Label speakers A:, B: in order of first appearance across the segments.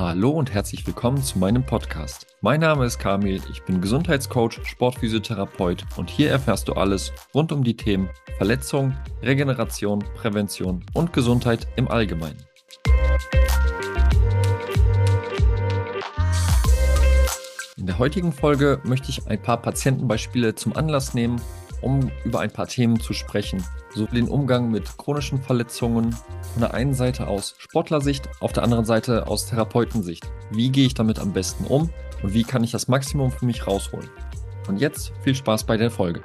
A: Hallo und herzlich willkommen zu meinem Podcast. Mein Name ist Kamil, ich bin Gesundheitscoach, Sportphysiotherapeut und hier erfährst du alles rund um die Themen Verletzung, Regeneration, Prävention und Gesundheit im Allgemeinen. In der heutigen Folge möchte ich ein paar Patientenbeispiele zum Anlass nehmen, um über ein paar Themen zu sprechen, so den Umgang mit chronischen Verletzungen von der einen Seite aus Sportlersicht, auf der anderen Seite aus Therapeutensicht. Wie gehe ich damit am besten um und wie kann ich das Maximum für mich rausholen? Und jetzt viel Spaß bei der Folge.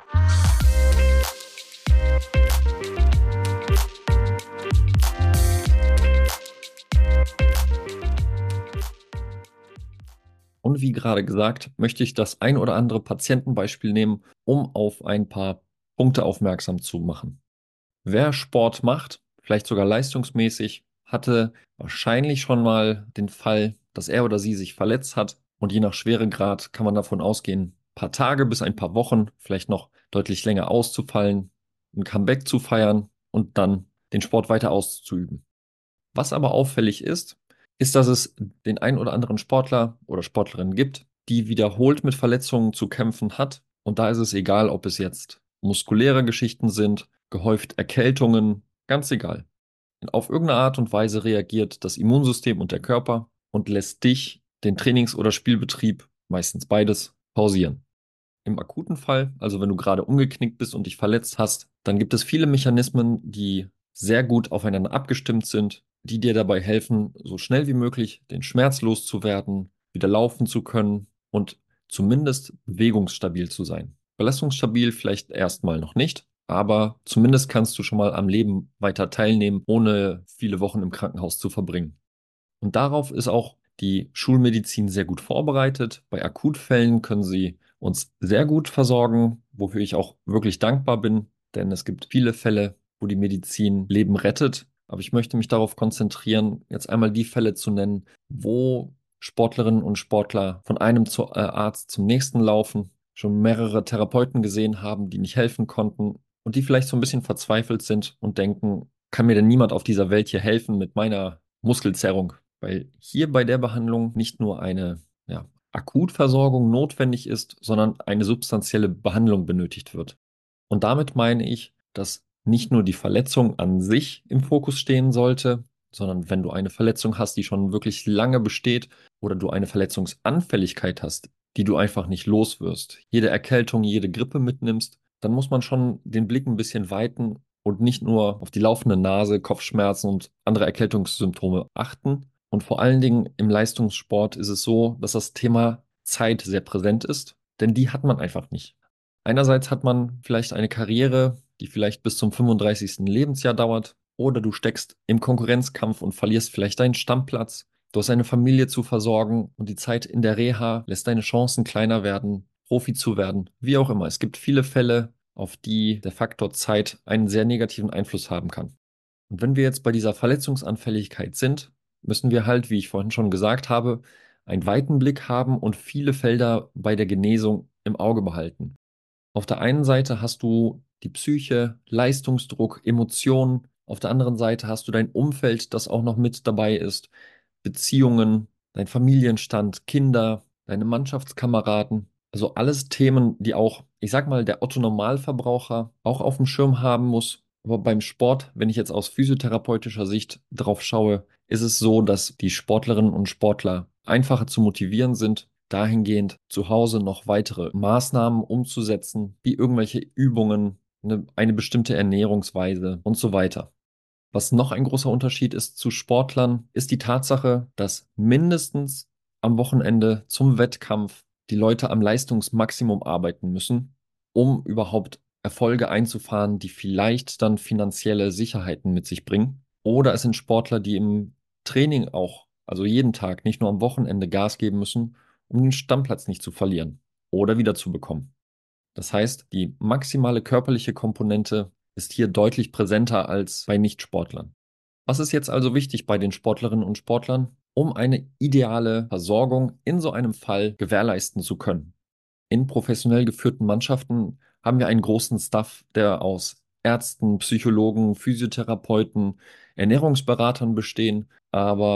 A: Und wie gerade gesagt, möchte ich das ein oder andere Patientenbeispiel nehmen, um auf ein paar Punkte aufmerksam zu machen. Wer Sport macht, vielleicht sogar leistungsmäßig, hatte wahrscheinlich schon mal den Fall, dass er oder sie sich verletzt hat. Und je nach Schweregrad kann man davon ausgehen, ein paar Tage bis ein paar Wochen, vielleicht noch deutlich länger auszufallen, ein Comeback zu feiern und dann den Sport weiter auszuüben. Was aber auffällig ist, dass es den ein oder anderen Sportler oder Sportlerin gibt, die wiederholt mit Verletzungen zu kämpfen hat. Und da ist es egal, ob es jetzt muskuläre Geschichten sind, gehäuft Erkältungen, ganz egal. Auf irgendeine Art und Weise reagiert das Immunsystem und der Körper und lässt dich den Trainings- oder Spielbetrieb, meistens beides, pausieren. Im akuten Fall, also wenn du gerade umgeknickt bist und dich verletzt hast, dann gibt es viele Mechanismen, die sehr gut aufeinander abgestimmt sind, die dir dabei helfen, so schnell wie möglich den Schmerz loszuwerden, wieder laufen zu können und zumindest bewegungsstabil zu sein. Belastungsstabil vielleicht erstmal noch nicht, aber zumindest kannst du schon mal am Leben weiter teilnehmen, ohne viele Wochen im Krankenhaus zu verbringen. Und darauf ist auch die Schulmedizin sehr gut vorbereitet. Bei Akutfällen können sie uns sehr gut versorgen, wofür ich auch wirklich dankbar bin, denn es gibt viele Fälle, wo die Medizin Leben rettet. Aber ich möchte mich darauf konzentrieren, jetzt einmal die Fälle zu nennen, wo Sportlerinnen und Sportler von einem Arzt zum nächsten laufen, schon mehrere Therapeuten gesehen haben, die nicht helfen konnten und die vielleicht so ein bisschen verzweifelt sind und denken, kann mir denn niemand auf dieser Welt hier helfen mit meiner Muskelzerrung? Weil hier bei der Behandlung nicht nur eine Akutversorgung notwendig ist, sondern eine substanzielle Behandlung benötigt wird. Und damit meine ich, dass nicht nur die Verletzung an sich im Fokus stehen sollte, sondern wenn du eine Verletzung hast, die schon wirklich lange besteht oder du eine Verletzungsanfälligkeit hast, die du einfach nicht los wirst, jede Erkältung, jede Grippe mitnimmst, dann muss man schon den Blick ein bisschen weiten und nicht nur auf die laufende Nase, Kopfschmerzen und andere Erkältungssymptome achten. Und vor allen Dingen im Leistungssport ist es so, dass das Thema Zeit sehr präsent ist, denn die hat man einfach nicht. Einerseits hat man vielleicht eine Karriere, die vielleicht bis zum 35. Lebensjahr dauert, oder du steckst im Konkurrenzkampf und verlierst vielleicht deinen Stammplatz. Du hast eine Familie zu versorgen und die Zeit in der Reha lässt deine Chancen kleiner werden, Profi zu werden, wie auch immer. Es gibt viele Fälle, auf die der Faktor Zeit einen sehr negativen Einfluss haben kann. Und wenn wir jetzt bei dieser Verletzungsanfälligkeit sind, müssen wir halt, wie ich vorhin schon gesagt habe, einen weiten Blick haben und viele Felder bei der Genesung im Auge behalten. Auf der einen Seite hast du die Psyche, Leistungsdruck, Emotionen. Auf der anderen Seite hast du dein Umfeld, das auch noch mit dabei ist, Beziehungen, dein Familienstand, Kinder, deine Mannschaftskameraden. Also alles Themen, die auch, ich sag mal, der Otto-Normalverbraucher auch auf dem Schirm haben muss. Aber beim Sport, wenn ich jetzt aus physiotherapeutischer Sicht drauf schaue, ist es so, dass die Sportlerinnen und Sportler einfacher zu motivieren sind, dahingehend zu Hause noch weitere Maßnahmen umzusetzen, wie irgendwelche Übungen, eine bestimmte Ernährungsweise und so weiter. Was noch ein großer Unterschied ist zu Sportlern, ist die Tatsache, dass mindestens am Wochenende zum Wettkampf die Leute am Leistungsmaximum arbeiten müssen, um überhaupt Erfolge einzufahren, die vielleicht dann finanzielle Sicherheiten mit sich bringen. Oder es sind Sportler, die im Training auch, also jeden Tag, nicht nur am Wochenende Gas geben müssen, um den Stammplatz nicht zu verlieren oder wiederzubekommen. Das heißt, die maximale körperliche Komponente ist hier deutlich präsenter als bei Nichtsportlern. Was ist jetzt also wichtig bei den Sportlerinnen und Sportlern, um eine ideale Versorgung in so einem Fall gewährleisten zu können? In professionell geführten Mannschaften haben wir einen großen Staff, der aus Ärzten, Psychologen, Physiotherapeuten, Ernährungsberatern bestehen, aber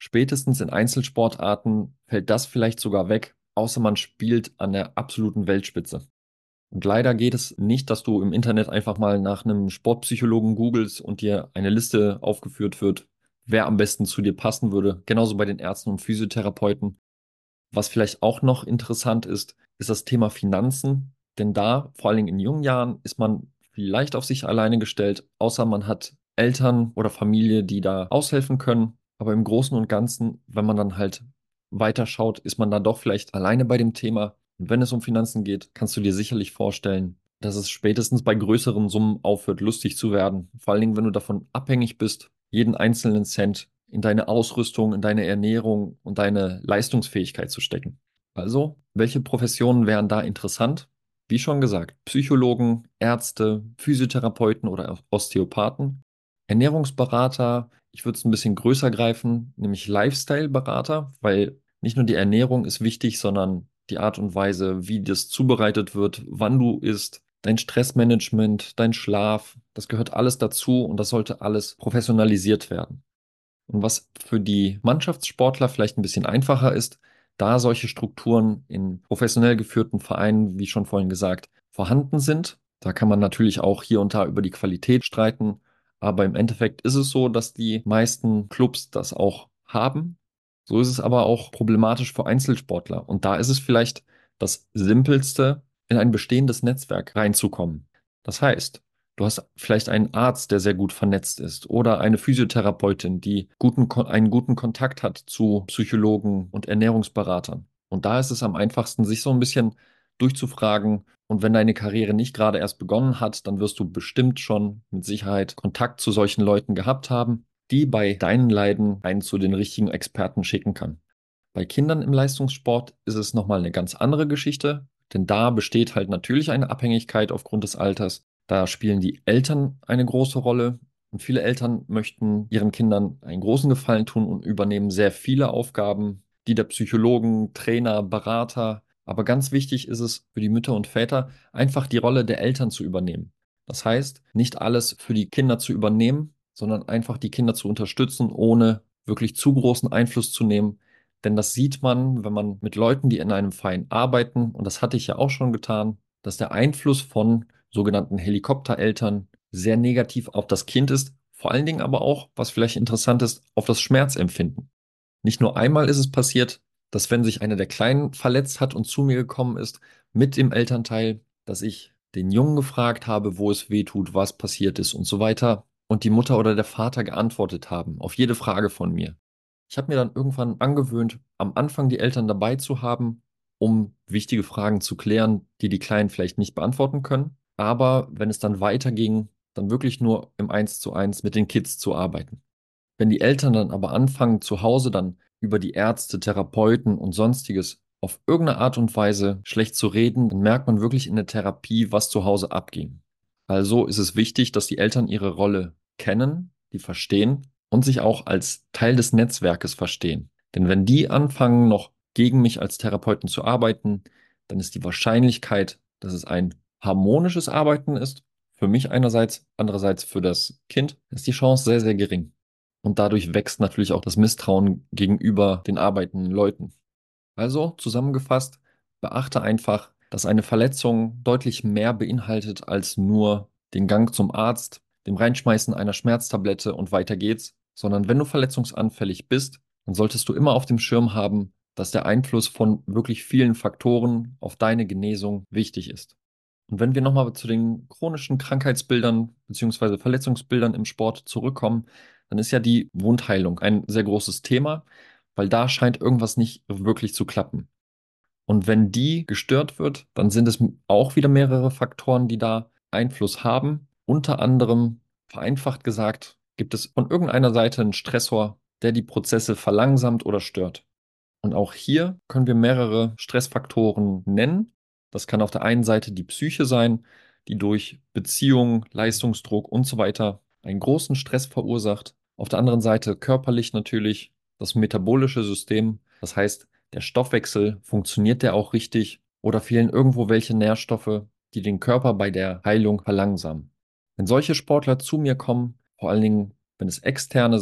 A: Spätestens in Einzelsportarten fällt das vielleicht sogar weg, außer man spielt an der absoluten Weltspitze. Und leider geht es nicht, dass du im Internet einfach mal nach einem Sportpsychologen googelst und dir eine Liste aufgeführt wird, wer am besten zu dir passen würde. Genauso bei den Ärzten und Physiotherapeuten. Was vielleicht auch noch interessant ist, ist das Thema Finanzen. Denn da, vor allen Dingen in jungen Jahren, ist man vielleicht auf sich alleine gestellt, außer man hat Eltern oder Familie, die da aushelfen können. Aber im Großen und Ganzen, wenn man dann halt weiterschaut, ist man dann doch vielleicht alleine bei dem Thema. Und wenn es um Finanzen geht, kannst du dir sicherlich vorstellen, dass es spätestens bei größeren Summen aufhört, lustig zu werden. Vor allen Dingen, wenn du davon abhängig bist, jeden einzelnen Cent in deine Ausrüstung, in deine Ernährung und deine Leistungsfähigkeit zu stecken. Also, welche Professionen wären da interessant? Wie schon gesagt, Psychologen, Ärzte, Physiotherapeuten oder Osteopathen, Ernährungsberater, ich würde es ein bisschen größer greifen, nämlich Lifestyle-Berater, weil nicht nur die Ernährung ist wichtig, sondern die Art und Weise, wie das zubereitet wird, wann du isst, dein Stressmanagement, dein Schlaf, das gehört alles dazu und das sollte alles professionalisiert werden. Und was für die Mannschaftssportler vielleicht ein bisschen einfacher ist, da solche Strukturen in professionell geführten Vereinen, wie schon vorhin gesagt, vorhanden sind. Da kann man natürlich auch hier und da über die Qualität streiten, aber im Endeffekt ist es so, dass die meisten Clubs das auch haben. So ist es aber auch problematisch für Einzelsportler. Und da ist es vielleicht das Simpelste, in ein bestehendes Netzwerk reinzukommen. Das heißt, du hast vielleicht einen Arzt, der sehr gut vernetzt ist oder eine Physiotherapeutin, die einen guten Kontakt hat zu Psychologen und Ernährungsberatern. Und da ist es am einfachsten, sich so ein bisschen durchzufragen. Und wenn deine Karriere nicht gerade erst begonnen hat, dann wirst du bestimmt schon mit Sicherheit Kontakt zu solchen Leuten gehabt haben, die bei deinen Leiden einen zu den richtigen Experten schicken kann. Bei Kindern im Leistungssport ist es nochmal eine ganz andere Geschichte, denn da besteht halt natürlich eine Abhängigkeit aufgrund des Alters. Da spielen die Eltern eine große Rolle und viele Eltern möchten ihren Kindern einen großen Gefallen tun und übernehmen sehr viele Aufgaben, die der Psychologen, Trainer, Berater. Aber ganz wichtig ist es für die Mütter und Väter, einfach die Rolle der Eltern zu übernehmen. Das heißt, nicht alles für die Kinder zu übernehmen, sondern einfach die Kinder zu unterstützen, ohne wirklich zu großen Einfluss zu nehmen, denn das sieht man, wenn man mit Leuten, die in einem Verein arbeiten, und das hatte ich ja auch schon getan, dass der Einfluss von sogenannten Helikoptereltern sehr negativ auf das Kind ist, vor allen Dingen aber auch, was vielleicht interessant ist, auf das Schmerzempfinden. Nicht nur einmal ist es passiert, dass wenn sich einer der Kleinen verletzt hat und zu mir gekommen ist, mit dem Elternteil, dass ich den Jungen gefragt habe, wo es weh tut, was passiert ist und so weiter, und die Mutter oder der Vater geantwortet haben auf jede Frage von mir. Ich habe mir dann irgendwann angewöhnt, am Anfang die Eltern dabei zu haben, um wichtige Fragen zu klären, die die Kleinen vielleicht nicht beantworten können. Aber wenn es dann weiterging, dann wirklich nur im Eins zu eins mit den Kids zu arbeiten. Wenn die Eltern dann aber anfangen, zu Hause dann über die Ärzte, Therapeuten und sonstiges auf irgendeine Art und Weise schlecht zu reden, dann merkt man wirklich in der Therapie, was zu Hause abging. Also ist es wichtig, dass die Eltern ihre Rolle kennen, die verstehen und sich auch als Teil des Netzwerkes verstehen. Denn wenn die anfangen, noch gegen mich als Therapeuten zu arbeiten, dann ist die Wahrscheinlichkeit, dass es ein harmonisches Arbeiten ist, für mich einerseits, andererseits für das Kind, ist die Chance sehr, sehr gering. Und dadurch wächst natürlich auch das Misstrauen gegenüber den arbeitenden Leuten. Also zusammengefasst, beachte einfach, dass eine Verletzung deutlich mehr beinhaltet als nur den Gang zum Arzt, dem Reinschmeißen einer Schmerztablette und weiter geht's, sondern wenn du verletzungsanfällig bist, dann solltest du immer auf dem Schirm haben, dass der Einfluss von wirklich vielen Faktoren auf deine Genesung wichtig ist. Und wenn wir nochmal zu den chronischen Krankheitsbildern bzw. Verletzungsbildern im Sport zurückkommen, dann ist ja die Wundheilung ein sehr großes Thema, weil da scheint irgendwas nicht wirklich zu klappen. Und wenn die gestört wird, dann sind es auch wieder mehrere Faktoren, die da Einfluss haben. Unter anderem, vereinfacht gesagt, gibt es von irgendeiner Seite einen Stressor, der die Prozesse verlangsamt oder stört. Und auch hier können wir mehrere Stressfaktoren nennen. Das kann auf der einen Seite die Psyche sein, die durch Beziehung, Leistungsdruck und so weiter einen großen Stress verursacht. Auf der anderen Seite körperlich natürlich das metabolische System. Das heißt, der Stoffwechsel, funktioniert der auch richtig oder fehlen irgendwo welche Nährstoffe, die den Körper bei der Heilung verlangsamen. Wenn solche Sportler zu mir kommen, vor allen Dingen, wenn es externe sind,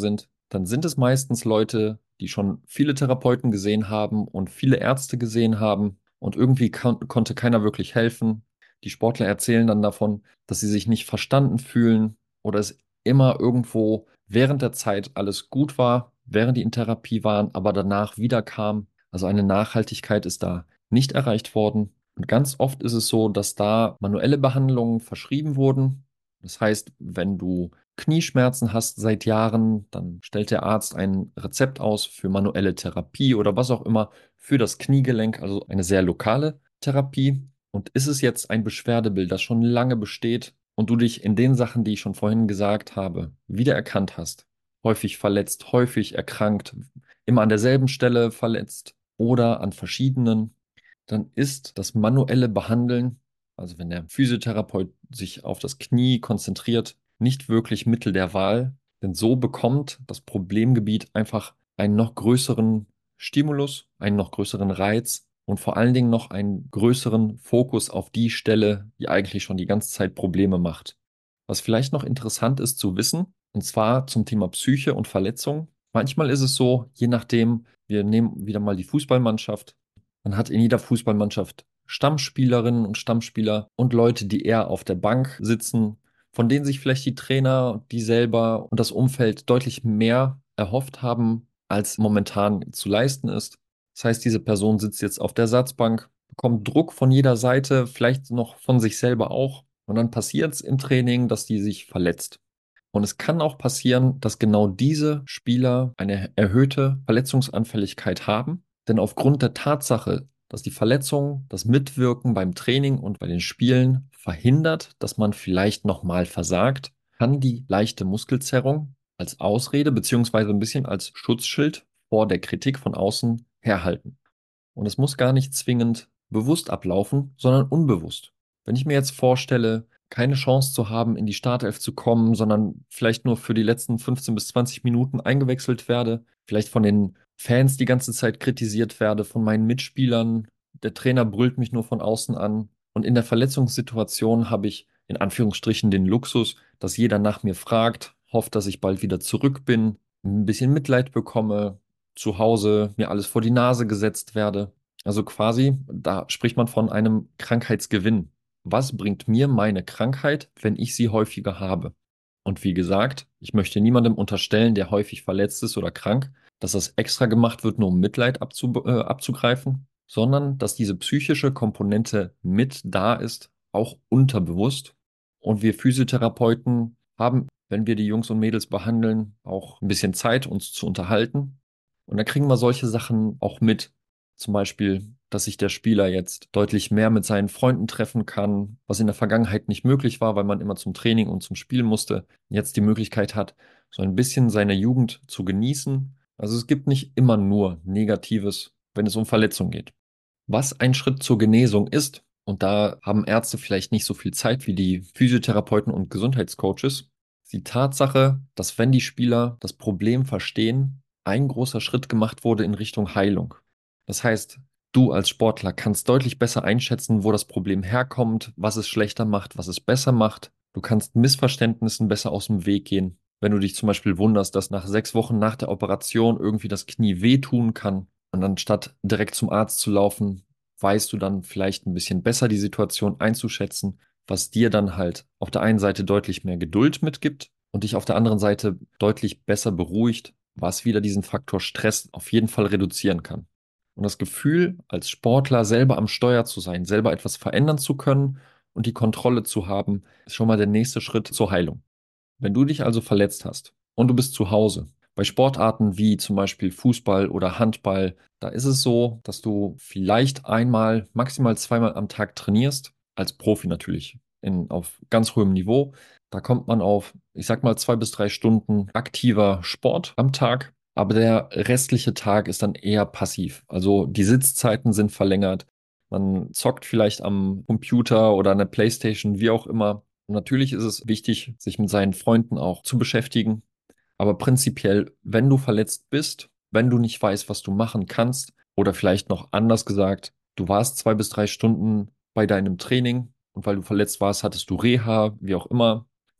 A: dann sind es meistens Leute, die schon viele Therapeuten gesehen haben und viele Ärzte gesehen haben und irgendwie konnte keiner wirklich helfen. Die Sportler erzählen dann davon, dass sie sich nicht verstanden fühlen oder es immer irgendwo während der Zeit alles gut war, während die in Therapie waren, aber danach wieder kam. Also eine Nachhaltigkeit ist da nicht erreicht worden. Und ganz oft ist es so, dass da manuelle Behandlungen verschrieben wurden. Das heißt, wenn du Knieschmerzen hast seit Jahren, dann stellt der Arzt ein Rezept aus für manuelle Therapie oder was auch immer für das Kniegelenk, also eine sehr lokale Therapie. Und ist es jetzt ein Beschwerdebild, das schon lange besteht und du dich in den Sachen, die ich schon vorhin gesagt habe, wiedererkannt hast, häufig verletzt, häufig erkrankt, immer an derselben Stelle verletzt oder an verschiedenen, dann ist das manuelle Behandeln, also wenn der Physiotherapeut sich auf das Knie konzentriert, nicht wirklich Mittel der Wahl, denn so bekommt das Problemgebiet einfach einen noch größeren Stimulus, einen noch größeren Reiz und vor allen Dingen noch einen größeren Fokus auf die Stelle, die eigentlich schon die ganze Zeit Probleme macht. Was vielleicht noch interessant ist zu wissen, und zwar zum Thema Psyche und Verletzung. Manchmal ist es so, je nachdem, wir nehmen wieder mal die Fußballmannschaft. Man hat in jeder Fußballmannschaft Stammspielerinnen und Stammspieler und Leute, die eher auf der Bank sitzen, von denen sich vielleicht die Trainer, die selber und das Umfeld deutlich mehr erhofft haben, als momentan zu leisten ist. Das heißt, diese Person sitzt jetzt auf der Ersatzbank, bekommt Druck von jeder Seite, vielleicht noch von sich selber auch. Und dann passiert es im Training, dass die sich verletzt. Und es kann auch passieren, dass genau diese Spieler eine erhöhte Verletzungsanfälligkeit haben. Denn aufgrund der Tatsache, dass die Verletzung das Mitwirken beim Training und bei den Spielen verhindert, dass man vielleicht nochmal versagt, kann die leichte Muskelzerrung als Ausrede beziehungsweise ein bisschen als Schutzschild vor der Kritik von außen herhalten. Und es muss gar nicht zwingend bewusst ablaufen, sondern unbewusst. Wenn ich mir jetzt vorstelle, keine Chance zu haben, in die Startelf zu kommen, sondern vielleicht nur für die letzten 15 bis 20 Minuten eingewechselt werde, vielleicht von den Fans die ganze Zeit kritisiert werde, von meinen Mitspielern, der Trainer brüllt mich nur von außen an und in der Verletzungssituation habe ich in Anführungsstrichen den Luxus, dass jeder nach mir fragt, hofft, dass ich bald wieder zurück bin, ein bisschen Mitleid bekomme, zu Hause mir alles vor die Nase gesetzt werde. Also quasi, da spricht man von einem Krankheitsgewinn. Was bringt mir meine Krankheit, wenn ich sie häufiger habe? Und wie gesagt, ich möchte niemandem unterstellen, der häufig verletzt ist oder krank, dass das extra gemacht wird, nur um Mitleid abzugreifen, sondern dass diese psychische Komponente mit da ist, auch unterbewusst. Und wir Physiotherapeuten haben, wenn wir die Jungs und Mädels behandeln, auch ein bisschen Zeit, uns zu unterhalten. Und da kriegen wir solche Sachen auch mit. Zum Beispiel, dass sich der Spieler jetzt deutlich mehr mit seinen Freunden treffen kann, was in der Vergangenheit nicht möglich war, weil man immer zum Training und zum Spiel musste. Jetzt die Möglichkeit hat, so ein bisschen seine Jugend zu genießen. Also es gibt nicht immer nur Negatives, wenn es um Verletzungen geht. Was ein Schritt zur Genesung ist, und da haben Ärzte vielleicht nicht so viel Zeit wie die Physiotherapeuten und Gesundheitscoaches, ist die Tatsache, dass wenn die Spieler das Problem verstehen, ein großer Schritt gemacht wurde in Richtung Heilung. Das heißt, du als Sportler kannst deutlich besser einschätzen, wo das Problem herkommt, was es schlechter macht, was es besser macht. Du kannst Missverständnissen besser aus dem Weg gehen. Wenn du dich zum Beispiel wunderst, dass nach 6 Wochen nach der Operation irgendwie das Knie wehtun kann und anstatt direkt zum Arzt zu laufen, weißt du dann vielleicht ein bisschen besser die Situation einzuschätzen, was dir dann halt auf der einen Seite deutlich mehr Geduld mitgibt und dich auf der anderen Seite deutlich besser beruhigt, was wieder diesen Faktor Stress auf jeden Fall reduzieren kann. Und das Gefühl, als Sportler selber am Steuer zu sein, selber etwas verändern zu können und die Kontrolle zu haben, ist schon mal der nächste Schritt zur Heilung. Wenn du dich also verletzt hast und du bist zu Hause, bei Sportarten wie zum Beispiel Fußball oder Handball, da ist es so, dass du vielleicht einmal, maximal zweimal am Tag trainierst, als Profi natürlich, auf ganz hohem Niveau. Da kommt man auf, ich sag mal, 2 bis 3 Stunden aktiver Sport am Tag, aber der restliche Tag ist dann eher passiv. Also die Sitzzeiten sind verlängert. Man zockt vielleicht am Computer oder an der PlayStation, wie auch immer. Und natürlich ist es wichtig, sich mit seinen Freunden auch zu beschäftigen. Aber prinzipiell, wenn du verletzt bist, wenn du nicht weißt, was du machen kannst, oder vielleicht noch anders gesagt, du warst 2 bis 3 Stunden bei deinem Training und weil du verletzt warst, hattest du Reha, wie auch immer.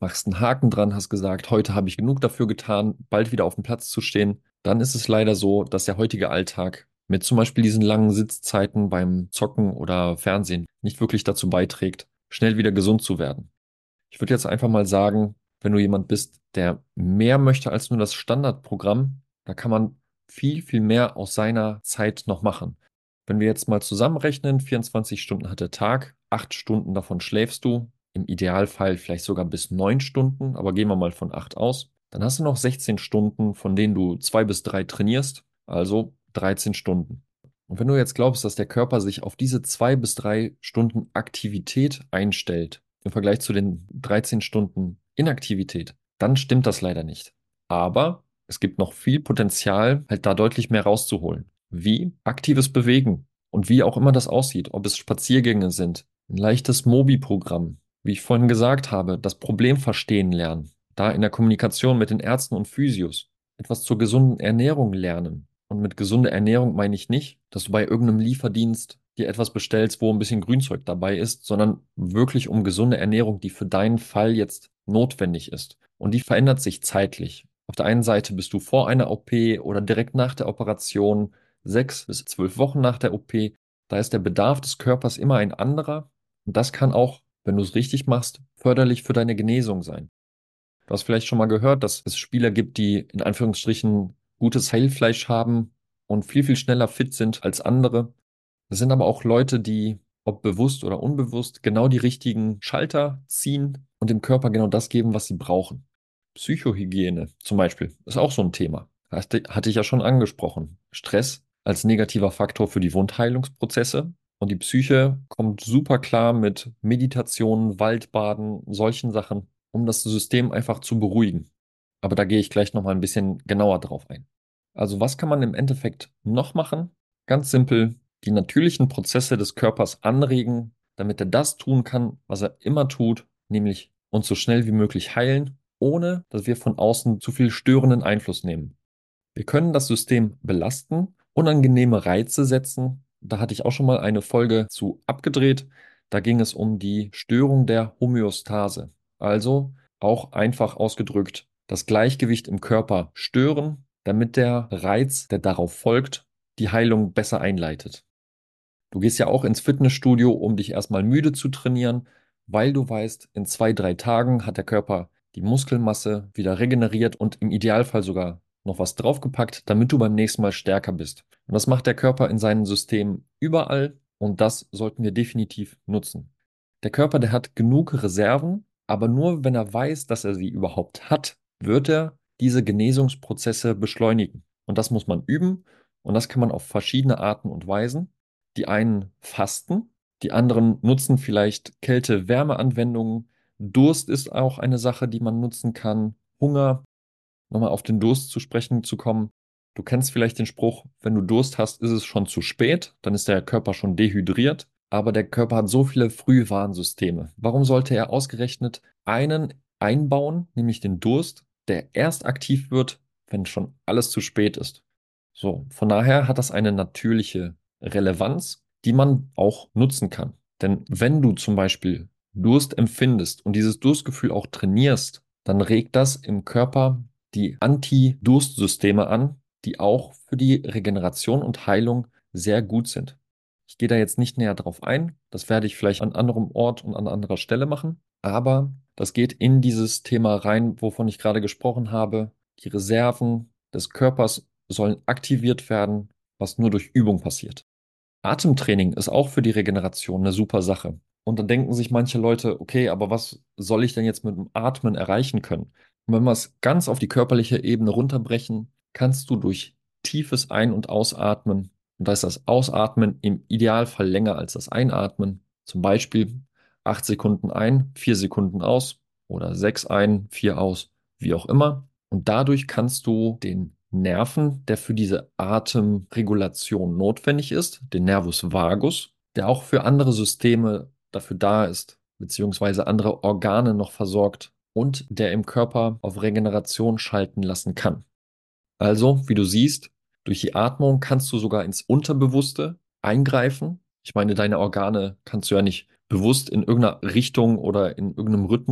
A: machst einen Haken dran, hast gesagt, heute habe ich genug dafür getan, bald wieder auf dem Platz zu stehen, dann ist es leider so, dass der heutige Alltag mit zum Beispiel diesen langen Sitzzeiten beim Zocken oder Fernsehen nicht wirklich dazu beiträgt, schnell wieder gesund zu werden. Ich würde jetzt einfach mal sagen, wenn du jemand bist, der mehr möchte als nur das Standardprogramm, da kann man viel, viel mehr aus seiner Zeit noch machen. Wenn wir jetzt mal zusammenrechnen, 24 Stunden hat der Tag, 8 Stunden davon schläfst du, im Idealfall vielleicht sogar bis 9 Stunden, aber gehen wir mal von 8 aus. Dann hast du noch 16 Stunden, von denen du 2 bis 3 trainierst, also 13 Stunden. Und wenn du jetzt glaubst, dass der Körper sich auf diese 2 bis 3 Stunden Aktivität einstellt, im Vergleich zu den 13 Stunden Inaktivität, dann stimmt das leider nicht. Aber es gibt noch viel Potenzial, halt da deutlich mehr rauszuholen. Wie aktives Bewegen und wie auch immer das aussieht, ob es Spaziergänge sind, ein leichtes Mobi-Programm, wie ich vorhin gesagt habe, das Problem verstehen lernen, da in der Kommunikation mit den Ärzten und Physios, etwas zur gesunden Ernährung lernen. Und mit gesunder Ernährung meine ich nicht, dass du bei irgendeinem Lieferdienst dir etwas bestellst, wo ein bisschen Grünzeug dabei ist, sondern wirklich um gesunde Ernährung, die für deinen Fall jetzt notwendig ist. Und die verändert sich zeitlich. Auf der einen Seite bist du vor einer OP oder direkt nach der Operation, 6 bis 12 Wochen nach der OP. Da ist der Bedarf des Körpers immer ein anderer. Und das kann auch, wenn du es richtig machst, förderlich für deine Genesung sein. Du hast vielleicht schon mal gehört, dass es Spieler gibt, die in Anführungsstrichen gutes Heilfleisch haben und viel, viel schneller fit sind als andere. Es sind aber auch Leute, die, ob bewusst oder unbewusst, genau die richtigen Schalter ziehen und dem Körper genau das geben, was sie brauchen. Psychohygiene zum Beispiel ist auch so ein Thema. Hatte ich ja schon angesprochen. Stress als negativer Faktor für die Wundheilungsprozesse. Und die Psyche kommt super klar mit Meditation, Waldbaden, solchen Sachen, um das System einfach zu beruhigen. Aber da gehe ich gleich nochmal ein bisschen genauer drauf ein. Also was kann man im Endeffekt noch machen? Ganz simpel, die natürlichen Prozesse des Körpers anregen, damit er das tun kann, was er immer tut, nämlich uns so schnell wie möglich heilen, ohne dass wir von außen zu viel störenden Einfluss nehmen. Wir können das System belasten, unangenehme Reize setzen. Da hatte ich auch schon mal eine Folge zu abgedreht. Da ging es um die Störung der Homöostase. Also auch einfach ausgedrückt, das Gleichgewicht im Körper stören, damit der Reiz, der darauf folgt, die Heilung besser einleitet. Du gehst ja auch ins Fitnessstudio, um dich erstmal müde zu trainieren, weil du weißt, in 2, 3 Tagen hat der Körper die Muskelmasse wieder regeneriert und im Idealfall sogar noch was draufgepackt, damit du beim nächsten Mal stärker bist. Und das macht der Körper in seinem System überall und das sollten wir definitiv nutzen. Der Körper, der hat genug Reserven, aber nur wenn er weiß, dass er sie überhaupt hat, wird er diese Genesungsprozesse beschleunigen. Und das muss man üben und das kann man auf verschiedene Arten und Weisen. Die einen fasten, die anderen nutzen vielleicht Kälte-Wärme-Anwendungen. Durst ist auch eine Sache, die man nutzen kann. Hunger, nochmal auf den Durst zu sprechen zu kommen. Du kennst vielleicht den Spruch, wenn du Durst hast, ist es schon zu spät, dann ist der Körper schon dehydriert. Aber der Körper hat so viele Frühwarnsysteme. Warum sollte er ausgerechnet einen einbauen, nämlich den Durst, der erst aktiv wird, wenn schon alles zu spät ist? So, von daher hat das eine natürliche Relevanz, die man auch nutzen kann. Denn wenn du zum Beispiel Durst empfindest und dieses Durstgefühl auch trainierst, dann regt das im Körper die Anti-Durstsysteme an, die auch für die Regeneration und Heilung sehr gut sind. Ich gehe da jetzt nicht näher drauf ein. Das werde ich vielleicht an anderem Ort und an anderer Stelle machen. Aber das geht in dieses Thema rein, wovon ich gerade gesprochen habe. Die Reserven des Körpers sollen aktiviert werden, was nur durch Übung passiert. Atemtraining ist auch für die Regeneration eine super Sache. Und dann denken sich manche Leute, okay, aber was soll ich denn jetzt mit dem Atmen erreichen können? Und wenn wir es ganz auf die körperliche Ebene runterbrechen, kannst du durch tiefes Ein- und Ausatmen, und da ist das Ausatmen im Idealfall länger als das Einatmen, zum Beispiel 8 Sekunden ein, 4 Sekunden aus oder 6 ein, 4 aus, wie auch immer. Und dadurch kannst du den Nerven, der für diese Atemregulation notwendig ist, den Nervus vagus, der auch für andere Systeme dafür da ist, beziehungsweise andere Organe noch versorgt und der im Körper auf Regeneration schalten lassen kann. Also, wie du siehst, durch die Atmung kannst du sogar ins Unterbewusste eingreifen. Ich meine, deine Organe kannst du ja nicht bewusst in irgendeiner Richtung oder in irgendeinem Rhythmus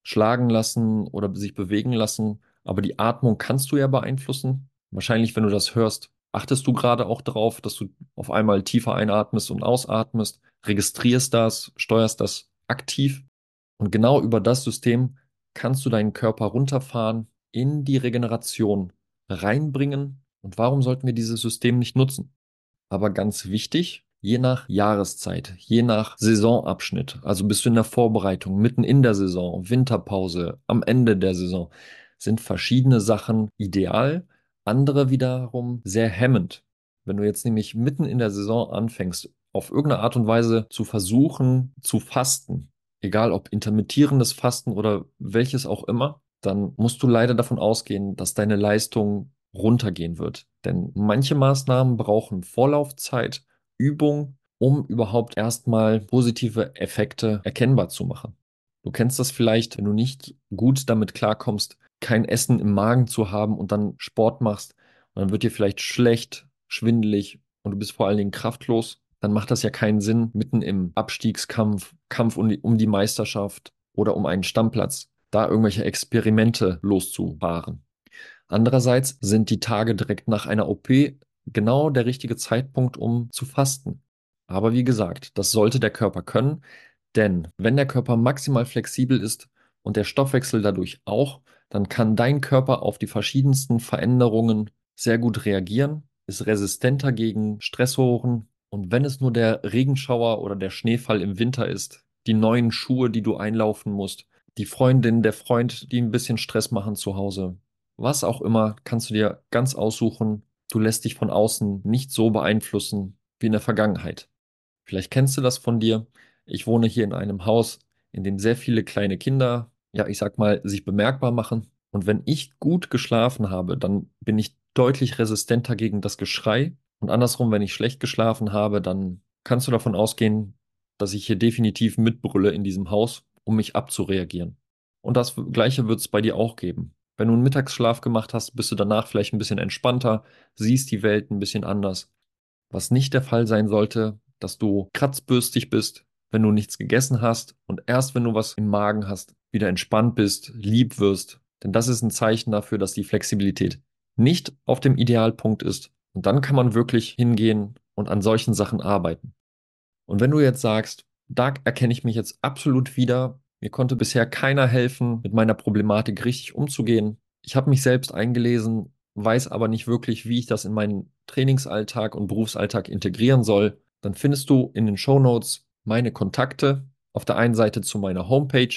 A: schlagen lassen oder sich bewegen lassen, aber die Atmung kannst du ja beeinflussen. Wahrscheinlich, wenn du das hörst, achtest du gerade auch darauf, dass du auf einmal tiefer einatmest und ausatmest, registrierst das, steuerst das aktiv und genau über das System kannst du deinen Körper runterfahren, in die Regeneration reinbringen. Und warum sollten wir dieses System nicht nutzen? Aber ganz wichtig, je nach Jahreszeit, je nach Saisonabschnitt, also bist du in der Vorbereitung, mitten in der Saison, Winterpause, am Ende der Saison, sind verschiedene Sachen ideal, andere wiederum sehr hemmend. Wenn du jetzt nämlich mitten in der Saison anfängst, auf irgendeine Art und Weise zu versuchen zu fasten, egal ob intermittierendes Fasten oder welches auch immer, dann musst du leider davon ausgehen, dass deine Leistung runtergehen wird. Denn manche Maßnahmen brauchen Vorlaufzeit, Übung, um überhaupt erstmal positive Effekte erkennbar zu machen. Du kennst das vielleicht, wenn du nicht gut damit klarkommst, kein Essen im Magen zu haben und dann Sport machst, und dann wird dir vielleicht schlecht, schwindelig und du bist vor allen Dingen kraftlos. Dann macht das ja keinen Sinn, mitten im Abstiegskampf, Kampf um die Meisterschaft oder um einen Stammplatz, da irgendwelche Experimente loszufahren. Andererseits sind die Tage direkt nach einer OP genau der richtige Zeitpunkt, um zu fasten. Aber wie gesagt, das sollte der Körper können, denn wenn der Körper maximal flexibel ist und der Stoffwechsel dadurch auch, dann kann dein Körper auf die verschiedensten Veränderungen sehr gut reagieren, ist resistenter gegen Stressoren und wenn es nur der Regenschauer oder der Schneefall im Winter ist, die neuen Schuhe, die du einlaufen musst, die Freundin, der Freund, die ein bisschen Stress machen zu Hause, was auch immer, kannst du dir ganz aussuchen. Du lässt dich von außen nicht so beeinflussen wie in der Vergangenheit. Vielleicht kennst du das von dir. Ich wohne hier in einem Haus, in dem sehr viele kleine Kinder, ja, ich sag mal, sich bemerkbar machen. Und wenn ich gut geschlafen habe, dann bin ich deutlich resistenter gegen das Geschrei. Und andersrum, wenn ich schlecht geschlafen habe, dann kannst du davon ausgehen, dass ich hier definitiv mitbrülle in diesem Haus, um mich abzureagieren. Und das Gleiche wird es bei dir auch geben. Wenn du einen Mittagsschlaf gemacht hast, bist du danach vielleicht ein bisschen entspannter, siehst die Welt ein bisschen anders. Was nicht der Fall sein sollte, dass du kratzbürstig bist, wenn du nichts gegessen hast und erst wenn du was im Magen hast, wieder entspannt bist, lieb wirst. Denn das ist ein Zeichen dafür, dass die Flexibilität nicht auf dem Idealpunkt ist. Und dann kann man wirklich hingehen und an solchen Sachen arbeiten. Und wenn du jetzt sagst, da erkenne ich mich jetzt absolut wieder, mir konnte bisher keiner helfen, mit meiner Problematik richtig umzugehen. Ich habe mich selbst eingelesen, weiß aber nicht wirklich, wie ich das in meinen Trainingsalltag und Berufsalltag integrieren soll, dann findest du in den Shownotes meine Kontakte. Auf der einen Seite zu meiner Homepage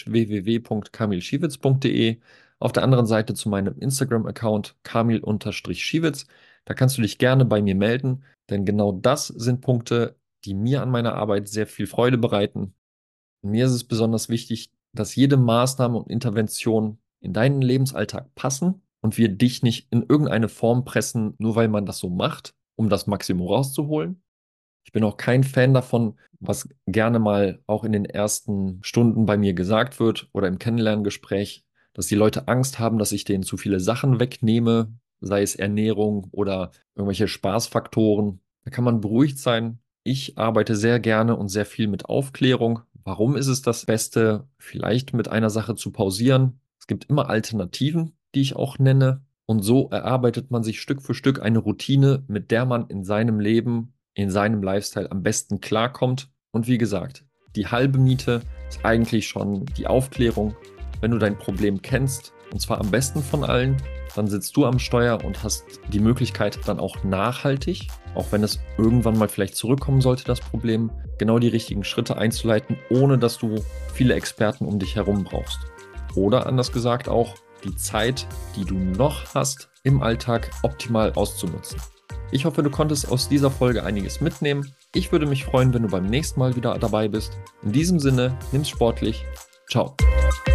A: www.kamilschiewitz.de, auf der anderen Seite zu meinem Instagram-Account kamil-schiewitz. Da kannst du dich gerne bei mir melden, denn genau das sind Punkte, die mir an meiner Arbeit sehr viel Freude bereiten. Und mir ist es besonders wichtig, dass jede Maßnahme und Intervention in deinen Lebensalltag passen und wir dich nicht in irgendeine Form pressen, nur weil man das so macht, um das Maximum rauszuholen. Ich bin auch kein Fan davon, was gerne mal auch in den ersten Stunden bei mir gesagt wird oder im Kennenlerngespräch, dass die Leute Angst haben, dass ich denen zu viele Sachen wegnehme, sei es Ernährung oder irgendwelche Spaßfaktoren. Da kann man beruhigt sein. Ich arbeite sehr gerne und sehr viel mit Aufklärung. Warum ist es das Beste, vielleicht mit einer Sache zu pausieren? Es gibt immer Alternativen, die ich auch nenne. Und so erarbeitet man sich Stück für Stück eine Routine, mit der man in seinem Leben, in seinem Lifestyle am besten klarkommt. Und wie gesagt, die halbe Miete ist eigentlich schon die Aufklärung. Wenn du dein Problem kennst, und zwar am besten von allen, dann sitzt du am Steuer und hast die Möglichkeit dann auch nachhaltig, auch wenn es irgendwann mal vielleicht zurückkommen sollte, das Problem, genau die richtigen Schritte einzuleiten, ohne dass du viele Experten um dich herum brauchst. Oder anders gesagt auch, die Zeit, die du noch hast, im Alltag optimal auszunutzen. Ich hoffe, du konntest aus dieser Folge einiges mitnehmen. Ich würde mich freuen, wenn du beim nächsten Mal wieder dabei bist. In diesem Sinne, nimm's sportlich. Ciao.